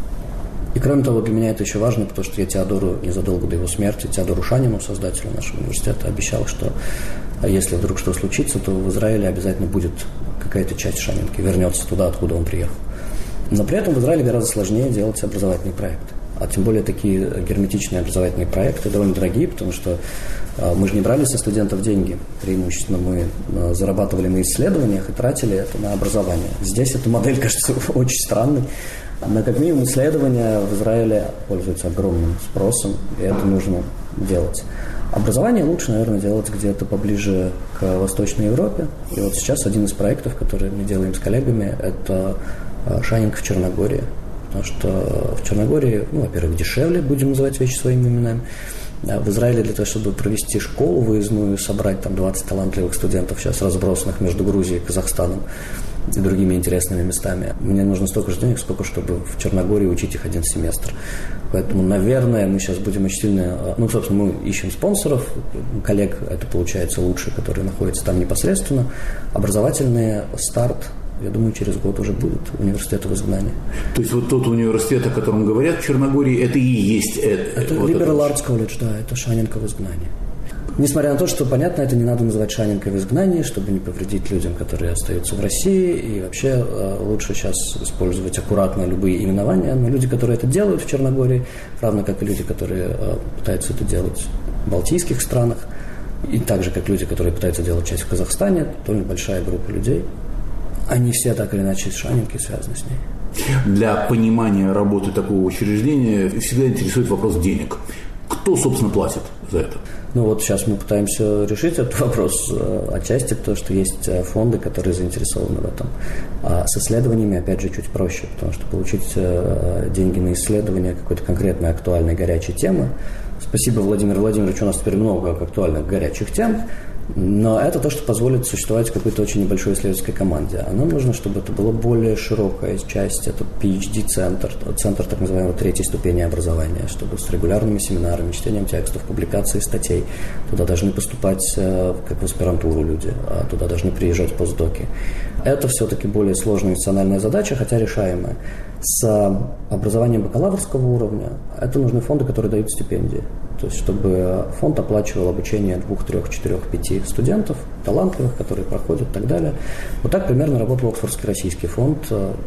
И кроме того, для меня это еще важно, потому что я Теодору незадолго до его смерти, Теодору Шанину, создателю нашего университета, обещал, что если вдруг что случится, то в Израиле обязательно будет какая-то часть Шанинки, вернется туда, откуда он приехал. Но при этом в Израиле гораздо сложнее делать образовательные проекты. А тем более такие герметичные образовательные проекты довольно дорогие, потому что мы же не брали со студентов деньги. Преимущественно мы зарабатывали на исследованиях и тратили это на образование. Здесь эта модель кажется очень странной. Но как минимум исследования в Израиле пользуются огромным спросом, и это нужно делать. Образование лучше, наверное, делать где-то поближе к Восточной Европе. И вот сейчас один из проектов, который мы делаем с коллегами, это Шанинка в Черногории. Потому что в Черногории, во-первых, дешевле, будем называть вещи своими именами. В Израиле для того, чтобы провести школу выездную, собрать там 20 талантливых студентов, сейчас разбросанных между Грузией, Казахстаном и другими интересными местами, мне нужно столько же денег, сколько, чтобы в Черногории учить их один семестр. Поэтому, наверное, мы сейчас будем очень сильно... собственно, мы ищем спонсоров, коллег, это получается лучше, которые находятся там непосредственно. Образовательный старт, я думаю, через год уже будет университет в изгнании. То есть вот тот университет, о котором говорят в Черногории, это и есть... Это Liberal Arts College, да, это Шанинка в изгнании. Несмотря на то, что, понятно, это не надо называть Шанинкой в изгнании, чтобы не повредить людям, которые остаются в России, и вообще лучше сейчас использовать аккуратно любые именования, но люди, которые это делают в Черногории, равно как и люди, которые пытаются это делать в балтийских странах, и так же, как люди, которые пытаются делать часть в Казахстане, довольно большая группа людей, они все так или иначе с Шанинкой связаны с ней. Для понимания работы такого учреждения всегда интересует вопрос денег. Кто, собственно, платит за это? Вот сейчас мы пытаемся решить этот вопрос отчасти, потому что есть фонды, которые заинтересованы в этом. А с исследованиями, опять же, чуть проще, потому что получить деньги на исследование какой-то конкретной актуальной горячей темы. Спасибо, Владимир Владимирович, у нас теперь много актуальных горячих тем, но это то, что позволит существовать какой-то очень небольшой исследовательской команде. А нам нужно, чтобы это была более широкая часть, это PhD-центр, центр так называемого третьей ступени образования, чтобы с регулярными семинарами, чтением текстов, публикацией статей. Туда должны поступать как в аспирантуру люди, а туда должны приезжать постдоки. Это все-таки более сложная институциональная задача, хотя решаемая. С образованием бакалаврского уровня это нужны фонды, которые дают стипендии. То есть, чтобы фонд оплачивал обучение 2, 3, 4, 5 студентов, талантливых, которые проходят и так далее. Вот так примерно работал Оксфордский российский фонд.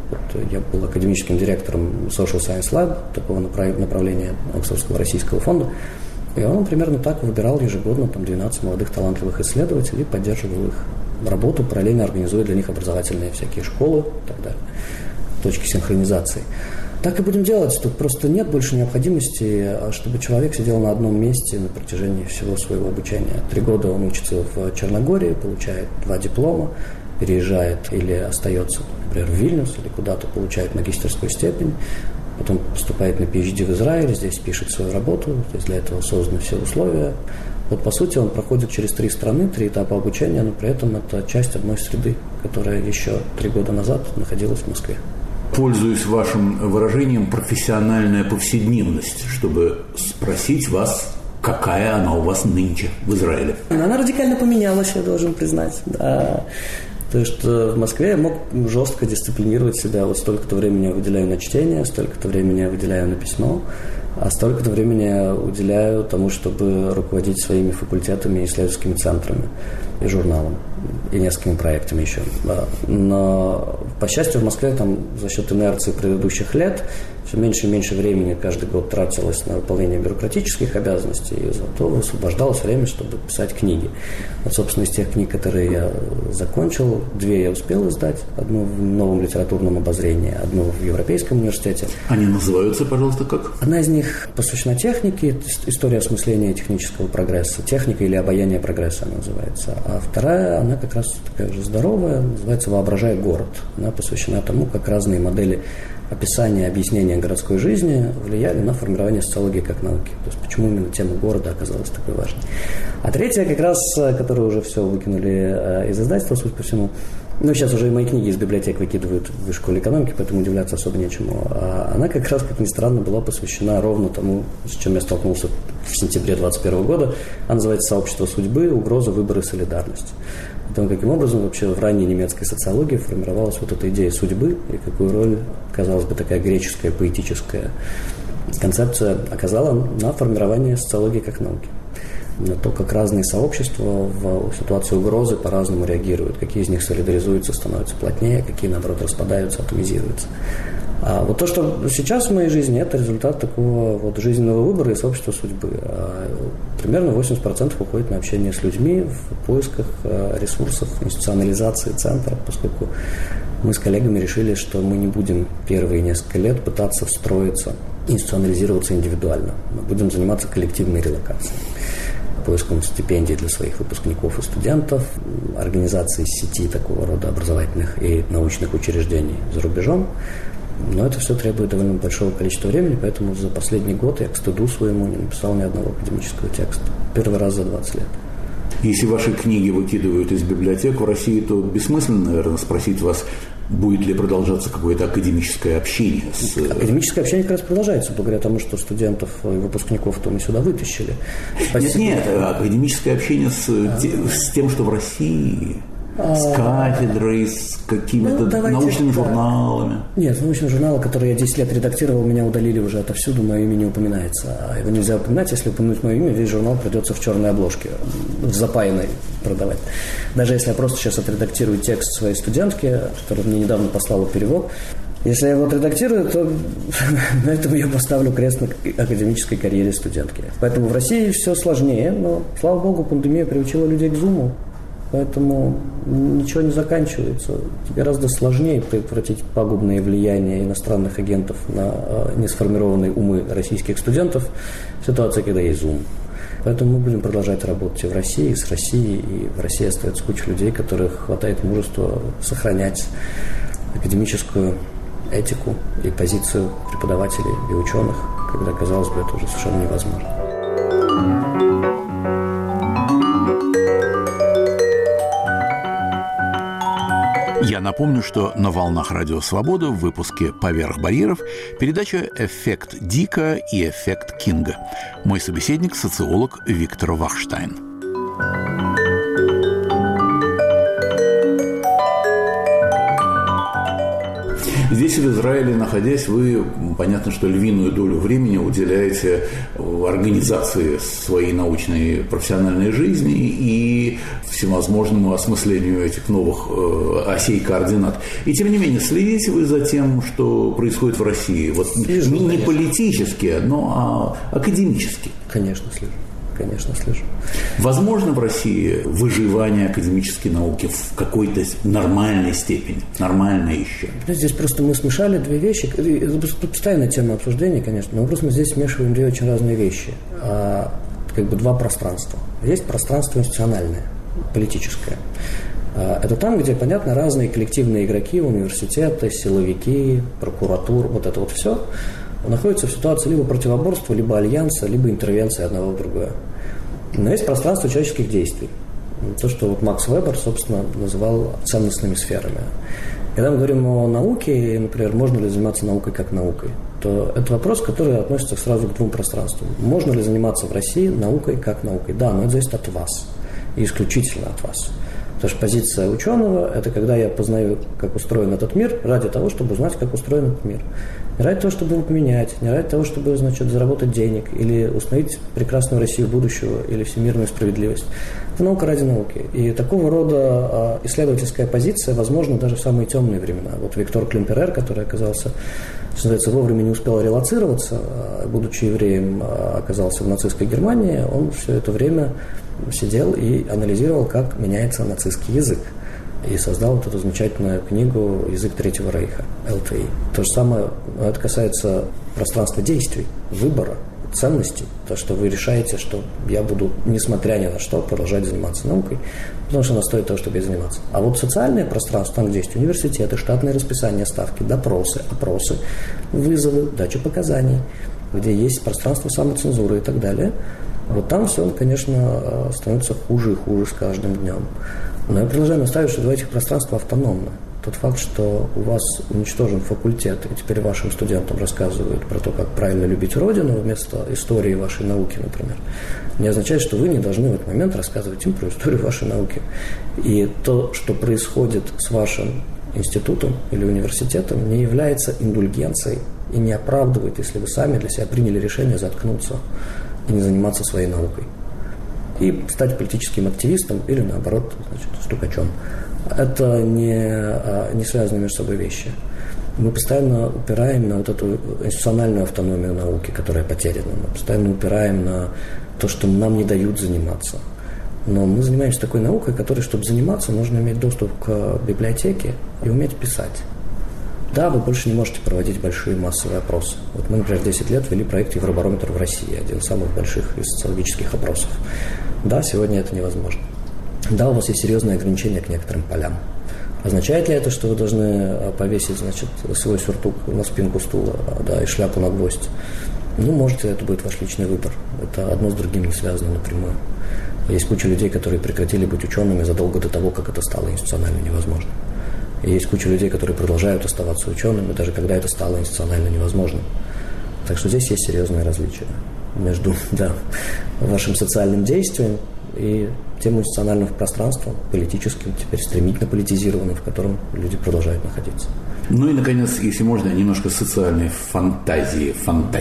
Я был академическим директором Social Science Lab, такого направления Оксфордского российского фонда. И он примерно так выбирал ежегодно 12 молодых талантливых исследователей, поддерживал их работу, параллельно организуя для них образовательные всякие школы и так далее, точки синхронизации. Так и будем делать. Тут просто нет больше необходимости, чтобы человек сидел на одном месте на протяжении всего своего обучения. 3 года он учится в Черногории, получает 2 диплома, переезжает или остается, например, в Вильнюс или куда-то, получает магистерскую степень, потом поступает на PhD в Израиль, здесь пишет свою работу, здесь для этого созданы все условия. Вот, по сути, он проходит через 3 страны, 3 этапа обучения, но при этом это часть одной среды, которая еще 3 года назад находилась в Москве. Пользуюсь вашим выражением «профессиональная повседневность», чтобы спросить вас, какая она у вас нынче в Израиле. Она радикально поменялась, я должен признать. Да. То, что в Москве я мог жестко дисциплинировать себя. Вот столько-то времени я выделяю на чтение, столько-то времени я выделяю на письмо, а столько-то времени я уделяю тому, чтобы руководить своими факультетами и исследовательскими центрами и журналом, и несколькими проектами еще. Да. Но, по счастью, в Москве там за счет инерции предыдущих лет все меньше и меньше времени каждый год тратилось на выполнение бюрократических обязанностей, и зато высвобождалось время, чтобы писать книги. Вот, собственно, из тех книг, которые я закончил, 2 я успел издать. Одну в Новом литературном обозрении, одну в Европейском университете. Они называются, пожалуйста, как? Одна из них посвящена технике, история осмысления технического прогресса. Техника или обаяние прогресса она называется. А вторая, она как раз такая уже здоровая, называется «Воображая город». Она посвящена тому, как разные модели описания, объяснения городской жизни влияли на формирование социологии как науки. То есть почему именно тема города оказалась такой важной. А третья, как раз, которую уже все выкинули из издательства, суть по всему, Ну, сейчас уже и мои книги из библиотек выкидывают в Высшей школе экономики, поэтому удивляться особо нечему. А она как раз, как ни странно, была посвящена ровно тому, с чем я столкнулся в сентябре 2021 года. Она называется «Сообщество судьбы. Угроза, выбор и солидарность». О том, каким образом вообще в ранней немецкой социологии формировалась вот эта идея судьбы и какую роль, казалось бы, такая греческая, поэтическая концепция оказала на формирование социологии как науки. На то, как разные сообщества в ситуации угрозы по-разному реагируют, какие из них солидаризуются, становятся плотнее, какие, наоборот, распадаются, атомизируются. А вот то, что сейчас в моей жизни, это результат такого вот жизненного выбора и сообщества судьбы. Примерно 80% уходит на общение с людьми в поисках ресурсов, институционализации центра, поскольку мы с коллегами решили, что мы не будем первые несколько лет пытаться встроиться, институционализироваться индивидуально. Мы будем заниматься коллективной релокацией, поиском стипендий для своих выпускников и студентов, организацией сети такого рода образовательных и научных учреждений за рубежом. Но это все требует довольно большого количества времени, поэтому за последний год я, к стыду своему, не написал ни одного академического текста. Первый раз за 20 лет. Если ваши книги выкидывают из библиотек в России, то бессмысленно, наверное, спросить вас, будет ли продолжаться какое-то академическое общение? Академическое общение как раз продолжается, благодаря тому, что студентов и выпускников-то мы сюда вытащили. Нет, академическое общение с тем, что в России... С кафедрой, с какими-то научными журналами. Нет, научные журналы, которые я 10 лет редактировал, меня удалили уже отовсюду, мое имя не упоминается. А его нельзя упоминать, если упомянуть мое имя, весь журнал придется в черной обложке, в запаянной продавать. Даже если я просто сейчас отредактирую текст своей студентки, которую мне недавно послала перевод, если я его отредактирую, то на этом я поставлю крест на академической карьере студентки. Поэтому в России все сложнее, но, слава богу, пандемия приучила людей к зуму. Поэтому ничего не заканчивается. Гораздо сложнее предотвратить пагубные влияния иностранных агентов на несформированные умы российских студентов в ситуации, когда есть Zoom. Поэтому мы будем продолжать работать и в России, и с Россией. И в России остается куча людей, которых хватает мужества сохранять академическую этику и позицию преподавателей и ученых, когда, казалось бы, это уже совершенно невозможно. Я напомню, что на «Волнах Радио Свобода» в выпуске «Поверх барьеров» передача «Эффект Дика» и «Эффект Кинга». Мой собеседник – социолог Виктор Вахштайн. Здесь, в Израиле, находясь, вы, понятно, что львиную долю времени уделяете организации своей научной профессиональной жизни и всевозможному осмыслению этих новых осей координат. И, тем не менее, следите вы за тем, что происходит в России? Вот не политически, но академически. Конечно, слежу. Конечно, слежу. Возможно в России выживание академической науки в какой-то нормальной степени, нормально еще? Здесь просто мы смешали две вещи. Это постоянная тема обсуждения, конечно, но просто мы здесь смешиваем две очень разные вещи. Как бы два пространства. Есть пространство институциональное, политическое. Это там, где, понятно, разные коллективные игроки, университеты, силовики, прокуратура, вот это вот все находятся в ситуации либо противоборства, либо альянса, либо интервенции одного в другое. Но есть пространство человеческих действий. То, что вот Макс Вебер, собственно, называл ценностными сферами. Когда мы говорим о науке, например, можно ли заниматься наукой как наукой, то это вопрос, который относится сразу к двум пространствам. Можно ли заниматься в России наукой как наукой? Да, но это зависит от вас. И исключительно от вас. Потому что позиция ученого – это когда я познаю, как устроен этот мир, ради того, чтобы узнать, как устроен этот мир. Не ради того, чтобы его поменять, не ради того, чтобы, заработать денег или установить прекрасную Россию будущего или всемирную справедливость. Это наука ради науки. И такого рода исследовательская позиция возможна даже в самые темные времена. Вот Виктор Климперер, который оказался, что называется, вовремя не успел релоцироваться, будучи евреем, оказался в нацистской Германии, он все это время сидел и анализировал, как меняется нацистский язык. И создал вот эту замечательную книгу «Язык Третьего Рейха» ЛТИ. То же самое, это касается пространства действий, выбора, ценностей. То, что вы решаете, что я буду, несмотря ни на что, продолжать заниматься наукой, потому что она стоит того, чтобы ей заниматься. А вот социальное пространство, там, где есть университеты, штатные расписания, ставки, допросы, опросы, вызовы, дача показаний, где есть пространство самоцензуры и так далее, вот там все, конечно, становится хуже и хуже с каждым днем. Но я продолжаю настаивать, что два этих пространства автономны. Тот факт, что у вас уничтожен факультет, и теперь вашим студентам рассказывают про то, как правильно любить Родину вместо истории вашей науки, например, не означает, что вы не должны в этот момент рассказывать им про историю вашей науки. И то, что происходит с вашим институтом или университетом, не является индульгенцией и не оправдывает, если вы сами для себя приняли решение заткнуться и не заниматься своей наукой. И стать политическим активистом или, наоборот, стукачом. Это не связанные между собой вещи. Мы постоянно упираем на вот эту институциональную автономию науки, которая потеряна. Мы постоянно упираем на то, что нам не дают заниматься. Но мы занимаемся такой наукой, которой, чтобы заниматься, нужно иметь доступ к библиотеке и уметь писать. Да, вы больше не можете проводить большие массовые опросы. Вот мы, например, 10 лет вели проект «Евробарометр в России», один из самых больших из социологических опросов. Да, сегодня это невозможно. Да, у вас есть серьезные ограничения к некоторым полям. Означает ли это, что вы должны повесить, свой сюртук на спинку стула, да, и шляпу на гвоздь? Ну, может, это будет ваш личный выбор. Это одно с другим не связано напрямую. Есть куча людей, которые прекратили быть учеными задолго до того, как это стало институционально невозможным. И есть куча людей, которые продолжают оставаться учеными, даже когда это стало институционально невозможным. Так что здесь есть серьезные различия между вашим социальным действием и тем институциональным пространством, политическим, теперь стремительно политизированным, в котором люди продолжают находиться. Ну и, наконец, если можно, немножко социальной фантазии.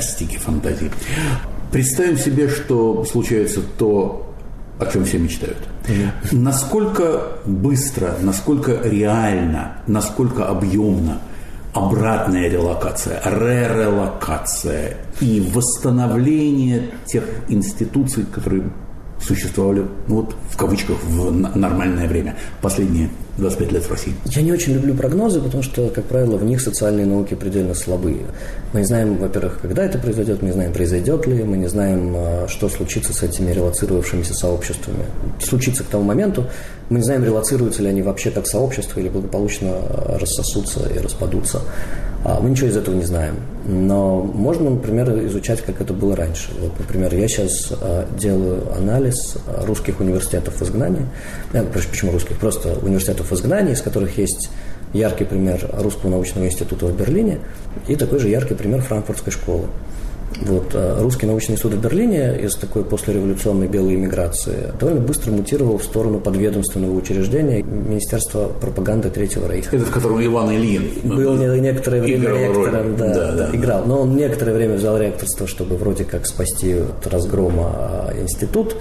Представим себе, что случается то, о чем все мечтают. Насколько быстро, насколько реально, насколько объемно обратная релокация, ререлокация и восстановление тех институций, которые существовали, в кавычках, в нормальное время, последние 25 лет в России? Я не очень люблю прогнозы, потому что, как правило, в них социальные науки предельно слабые. Мы не знаем, во-первых, когда это произойдет, мы не знаем, произойдет ли, мы не знаем, что случится с этими релоцировавшимися сообществами. Случится к тому моменту, мы не знаем, релоцируются ли они вообще как сообщество или благополучно рассосутся и распадутся. Мы ничего из этого не знаем. Но можно, например, изучать, как это было раньше. Вот, например, я сейчас делаю анализ русских университетов в изгнании. Почему русских? Просто университетов в изгнании, из которых есть яркий пример Русского научного института в Берлине и такой же яркий пример Франкфуртской школы. Вот, Русский научный институт в Берлине из такой послереволюционной белой эмиграции довольно быстро мутировал в сторону подведомственного учреждения Министерства пропаганды Третьего Рейха. Это в котором Иван Ильин был некоторое время ректором. Да. Играл. Но он некоторое время взял ректорство, чтобы вроде как спасти от разгрома институт.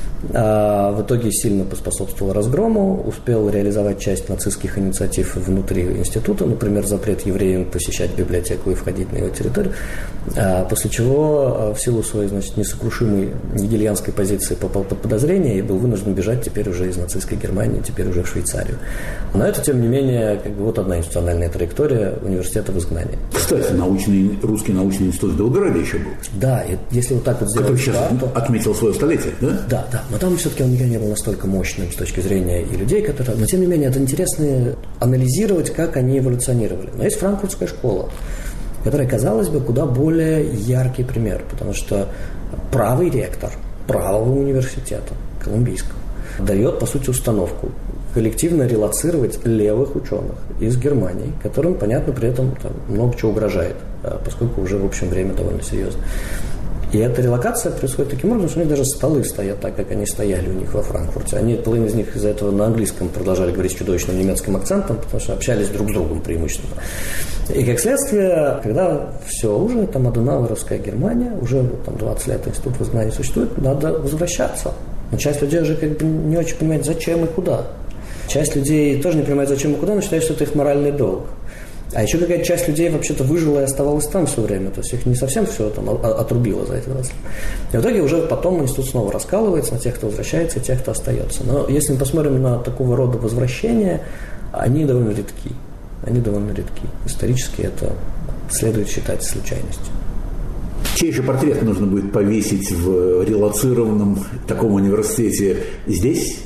В итоге сильно поспособствовал разгрому, успел реализовать часть нацистских инициатив внутри института, например, запрет евреям посещать библиотеку и входить на его территорию, после чего в силу своей, несокрушимой гегельянской позиции попал под подозрение и был вынужден бежать теперь уже из нацистской Германии, теперь уже в Швейцарию. Но это, тем не менее, вот одна институциональная траектория университета в изгнании. Кстати, Русский научный институт в Белгороде еще был. Да, и если вот так вот сделать... Который сейчас отметил свое столетие, да? Да. Но там все-таки он никогда не был настолько мощным с точки зрения и людей, которые... Но, тем не менее, это интересно анализировать, как они эволюционировали. Но есть франкфуртская школа, которая, казалось бы, куда более яркий пример, потому что правый ректор правого университета, колумбийского, дает, по сути, установку коллективно релоцировать левых ученых из Германии, которым, понятно, при этом много чего угрожает, поскольку уже, в общем, время довольно серьезное. И эта релокация происходит таким образом, что у них даже столы стоят так, как они стояли у них во Франкфурте. Половина из них из-за этого на английском продолжали говорить с чудовищным немецким акцентом, потому что общались друг с другом преимущественно. И как следствие, когда все, уже Аденауэровская Германия, уже 20 лет институт в изгнании существует, надо возвращаться. Но часть людей уже не очень понимает, зачем и куда. Часть людей тоже не понимает, зачем и куда, но считает, что это их моральный долг. А еще какая-то часть людей вообще-то выжила и оставалась там все время. То есть их не совсем все отрубило за эти 20 лет. И в итоге уже потом институт снова раскалывается на тех, кто возвращается, и тех, кто остается. Но если мы посмотрим на такого рода возвращения, они довольно редки. Исторически это следует считать случайностью. Чей же портрет нужно будет повесить в релоцированном таком университете здесь,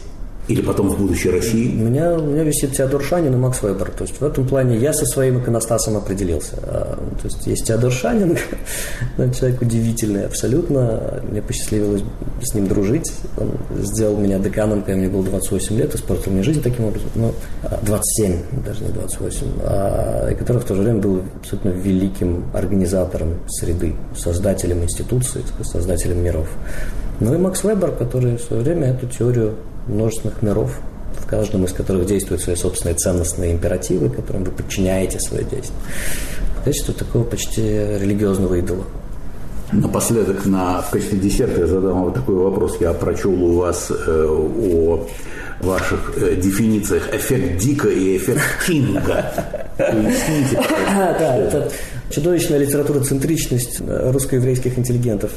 Или потом в будущей России? У меня висит Теодор Шанин и Макс Вебер. То есть в этом плане я со своим иконостасом определился. То есть Теодор Шанин, человек удивительный абсолютно. Мне посчастливилось с ним дружить. Он сделал меня деканом, когда мне было 28 лет, испортил мне жизнь таким образом. 27, даже не 28. И который в то же время был абсолютно великим организатором среды, создателем институций, создателем миров. Ну и Макс Вебер, который в свое время эту теорию множественных миров, в каждом из которых действуют свои собственные ценностные императивы, которым вы подчиняете свои действия. В качестве такого почти религиозного идола. Напоследок, в качестве десерта я задам вам такой вопрос. Я прочел у вас о ваших дефинициях эффект Дика и эффект Кинга. Поясните. Да, это чудовищная литературоцентричность русско-еврейских интеллигентов.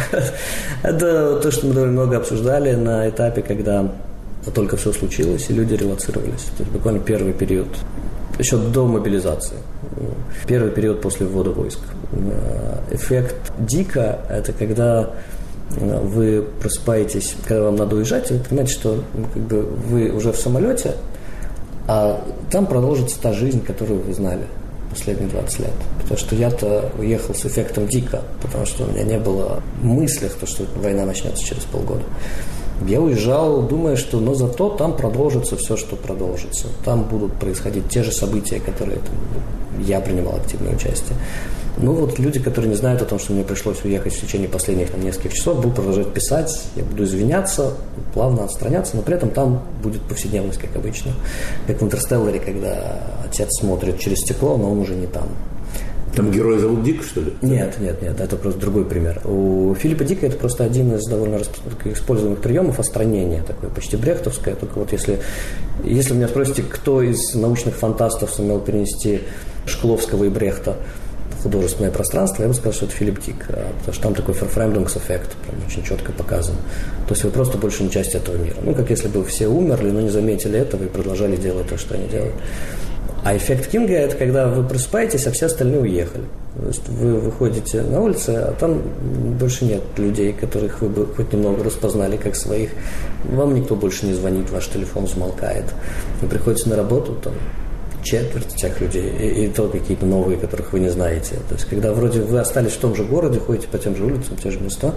Это то, что мы довольно много обсуждали на этапе, когда только все случилось, и люди релоцировались. То есть буквально первый период, еще до мобилизации, первый период после ввода войск. Эффект Дика – это когда вы просыпаетесь, когда вам надо уезжать, и вы понимаете, что вы уже в самолете, а там продолжится та жизнь, которую вы знали последние 20 лет. Потому что я-то уехал с эффектом Дика, потому что у меня не было в мыслях, что война начнется через полгода. Я уезжал, думая, что но зато там продолжится все, что продолжится. Там будут происходить те же события, которые я принимал активное участие. Ну вот люди, которые не знают о том, что мне пришлось уехать в течение последних нескольких часов, буду продолжать писать, я буду извиняться, плавно отстраняться, но при этом там будет повседневность, как обычно. Как в «Интерстелларе», когда отец смотрит через стекло, но он уже не там. Там героя зовут Дик, что ли? Нет, это просто другой пример. У Филиппа Дика это просто один из довольно используемых приемов отстранения, такое почти брехтовское. Только вот если меня спросите, кто из научных фантастов сумел перенести Шкловского и Брехта в художественное пространство, я бы сказал, что это Филипп Дик, потому что там такой ферфрэмдунгс-эффект прям очень четко показан. То есть вы просто больше не часть этого мира. Ну, как если бы все умерли, но не заметили этого и продолжали делать то, что они делают. А эффект Кинга – это когда вы просыпаетесь, а все остальные уехали. То есть вы выходите на улицу, а там больше нет людей, которых вы бы хоть немного распознали как своих. Вам никто больше не звонит, ваш телефон замолкает. Вы приходите на работу, там четверть тех людей, и то какие-то новые, которых вы не знаете. То есть когда вроде вы остались в том же городе, ходите по тем же улицам, те же места,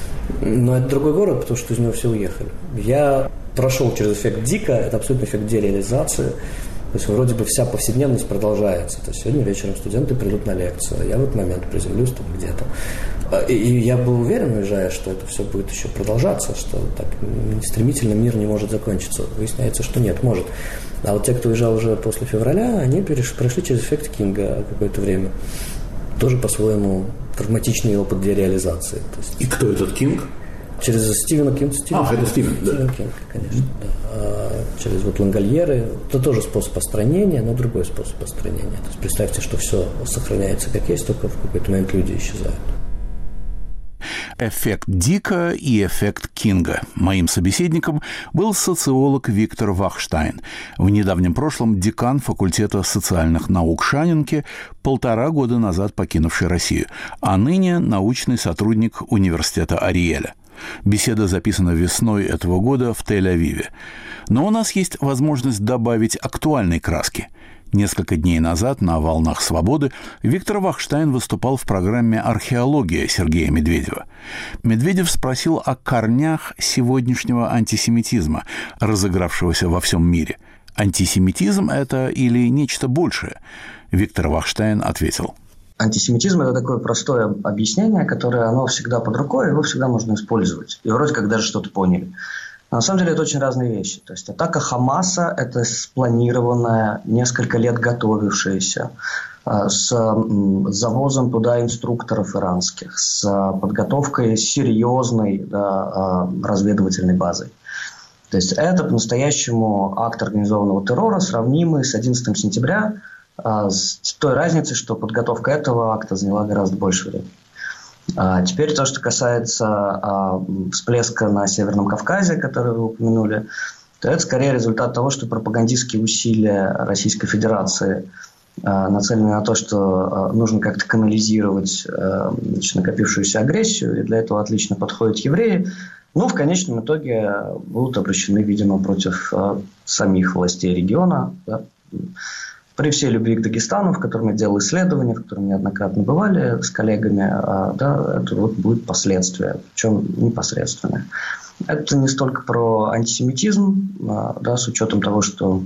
но это другой город, потому что из него все уехали. Я прошел через эффект Дика, это абсолютно эффект дереализации. То есть вроде бы вся повседневность продолжается. То есть сегодня вечером студенты придут на лекцию, я в этот момент приземлюсь там где-то. И я был уверен, уезжая, что это все будет еще продолжаться, что так стремительно мир не может закончиться. Выясняется, что нет, может. А вот те, кто уезжал уже после февраля, они прошли через эффект Кинга какое-то время. Тоже по-своему травматичный опыт дереализации. И кто этот Кинг? Через Стивена Кинга. Это Стивен, да. Стивен Кинг, конечно, да. Через вот Лангольеры. Это тоже способ отстранения, но другой способ отстранения. То есть представьте, что все сохраняется как есть, только в какой-то момент люди исчезают. Эффект Дика и эффект Кинга. Моим собеседником был социолог Виктор Вахштайн, в недавнем прошлом декан факультета социальных наук Шанинки, 1,5 года назад покинувший Россию, а ныне научный сотрудник университета Ариэля. Беседа записана весной этого года в Тель-Авиве. Но у нас есть возможность добавить актуальной краски. Несколько дней назад на «Волнах свободы» Виктор Вахштайн выступал в программе «Археология» Сергея Медведева. Медведев спросил о корнях сегодняшнего антисемитизма, разыгравшегося во всем мире. Антисемитизм – это или нечто большее? Виктор Вахштайн ответил. Антисемитизм – это такое простое объяснение, которое оно всегда под рукой, его всегда можно использовать. И вроде как даже что-то поняли. Но на самом деле это очень разные вещи. То есть атака Хамаса – это спланированная, несколько лет готовившаяся, с завозом туда инструкторов иранских, с подготовкой серьезной разведывательной базой. То есть это по-настоящему акт организованного террора, сравнимый с 11 сентября, с той разницей, что подготовка этого акта заняла гораздо больше времени. Теперь то, что касается всплеска на Северном Кавказе, который вы упомянули, то это скорее результат того, что пропагандистские усилия Российской Федерации нацелены на то, что нужно как-то канализировать накопившуюся агрессию, и для этого отлично подходят евреи. Ну, в конечном итоге будут обращены, видимо, против самих властей региона. Да. При всей любви к Дагестану, в котором я делал исследования, в котором неоднократно бывали с коллегами, да, это вот будет последствия, причем непосредственное. Это не столько про антисемитизм, да, с учетом того, что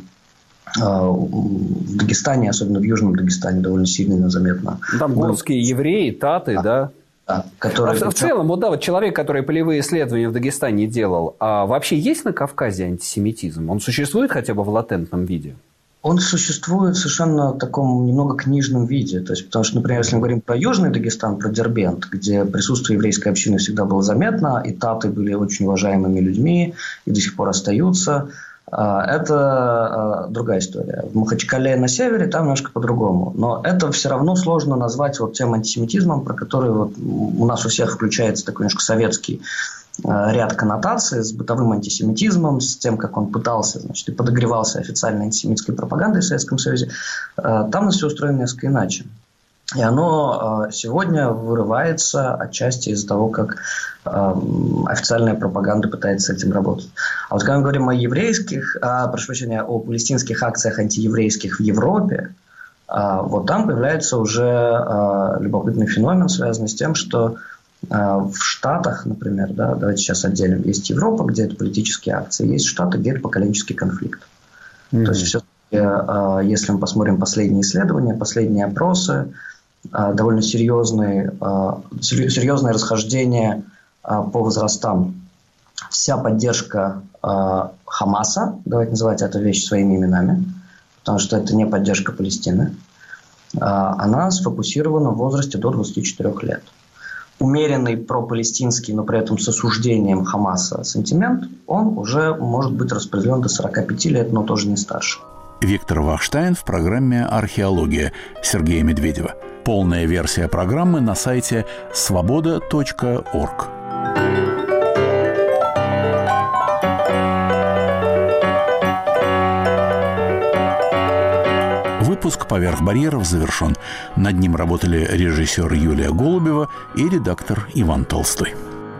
в Дагестане, особенно в Южном Дагестане, довольно сильно заметно. Там гурские евреи, таты, да? Да, которые... в целом, вот, да, вот человек, который полевые исследования в Дагестане делал, а вообще есть на Кавказе антисемитизм? Он существует хотя бы в латентном виде? Он существует в совершенно таком немного книжном виде. То есть, потому что, например, если мы говорим про Южный Дагестан, про Дербент, где присутствие еврейской общины всегда было заметно, и таты были очень уважаемыми людьми и до сих пор остаются, это другая история. В Махачкале на севере там немножко по-другому. Но это все равно сложно назвать вот тем антисемитизмом, про который вот у нас у всех включается такой немножко советский ряд коннотаций с бытовым антисемитизмом, с тем, как он пытался, значит, и подогревался официальной антисемитской пропагандой в Советском Союзе. Там у нас все устроено несколько иначе. И оно сегодня вырывается отчасти из-за того, как официальная пропаганда пытается с этим работать. А вот когда мы говорим о еврейских, прошу прощения, о палестинских акциях антиеврейских в Европе, вот там появляется уже любопытный феномен, связанный с тем, что в Штатах, например, да, давайте сейчас отделим, есть Европа, где это политические акции, есть Штаты, где это поколенческий конфликт. То есть все-таки, если мы посмотрим последние исследования, последние опросы, довольно серьезное расхождение по возрастам. Вся поддержка Хамаса, давайте называть эту вещь своими именами, потому что это не поддержка Палестины, она сфокусирована в возрасте до 24 лет. Умеренный пропалестинский, но при этом с осуждением Хамаса сентимент, он уже может быть распределен до 45 лет, но тоже не старше. Виктор Вахштайн в программе «Археология» Сергея Медведева. Полная версия программы на сайте svoboda.org. Выпуск «Поверх барьеров» завершен. Над ним работали режиссер Юлия Голубева и редактор Иван Толстой.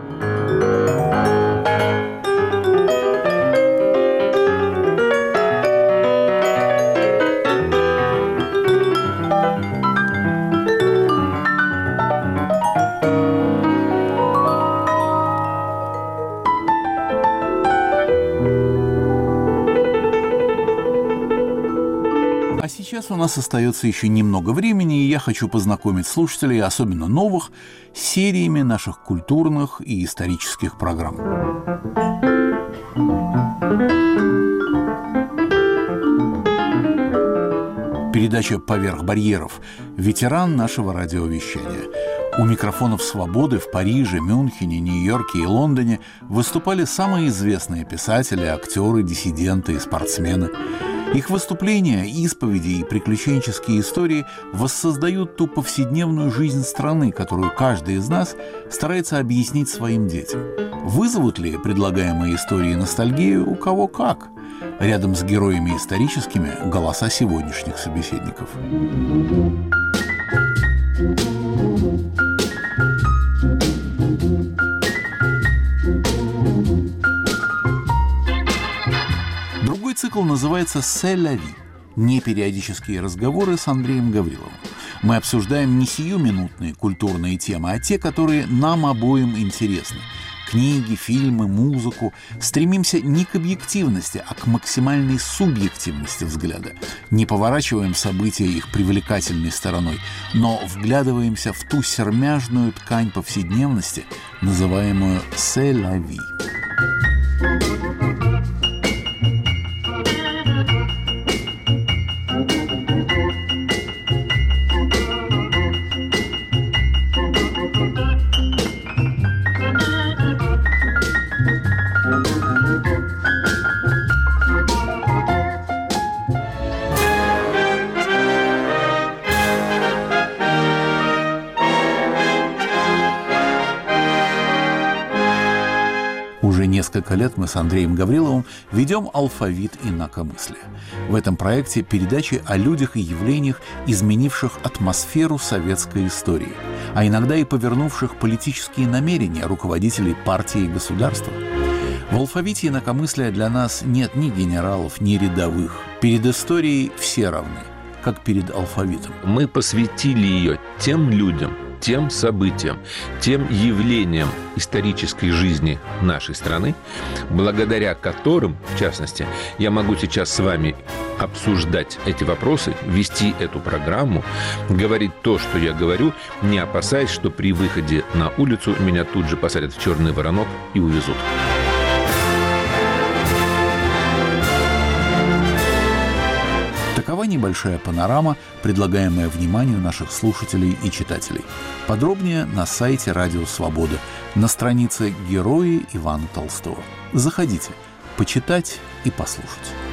Сейчас у нас остается еще немного времени, и я хочу познакомить слушателей, особенно новых, с сериями наших культурных и исторических программ. Передача «Поверх барьеров» – ветеран нашего радиовещания. У микрофонов «Свободы» в Париже, Мюнхене, Нью-Йорке и Лондоне выступали самые известные писатели, актеры, диссиденты и спортсмены. Их выступления, исповеди и приключенческие истории воссоздают ту повседневную жизнь страны, которую каждый из нас старается объяснить своим детям. Вызовут ли предлагаемые истории ностальгию у кого как? Рядом с героями историческими – голоса сегодняшних собеседников. Цикл называется «C'est la vie» – непериодические разговоры с Андреем Гавриловым. Мы обсуждаем не сиюминутные культурные темы, а те, которые нам обоим интересны. Книги, фильмы, музыку. Стремимся не к объективности, а к максимальной субъективности взгляда. Не поворачиваем события их привлекательной стороной, но вглядываемся в ту сермяжную ткань повседневности, называемую «C'est la vie». Уже несколько лет мы с Андреем Гавриловым ведем «Алфавит инакомыслия». В этом проекте передачи о людях и явлениях, изменивших атмосферу советской истории, а иногда и повернувших политические намерения руководителей партии и государства. В алфавите инакомыслия для нас нет ни генералов, ни рядовых. Перед историей все равны, как перед алфавитом. Мы посвятили ее тем людям, тем событиям, тем явлениям исторической жизни нашей страны, благодаря которым, в частности, я могу сейчас с вами обсуждать эти вопросы, вести эту программу, говорить то, что я говорю, не опасаясь, что при выходе на улицу меня тут же посадят в черный воронок и увезут. Такова небольшая панорама, предлагаемая вниманию наших слушателей и читателей. Подробнее на сайте «Радио Свобода», на странице «Герои Ивана Толстого». Заходите, почитать и послушать.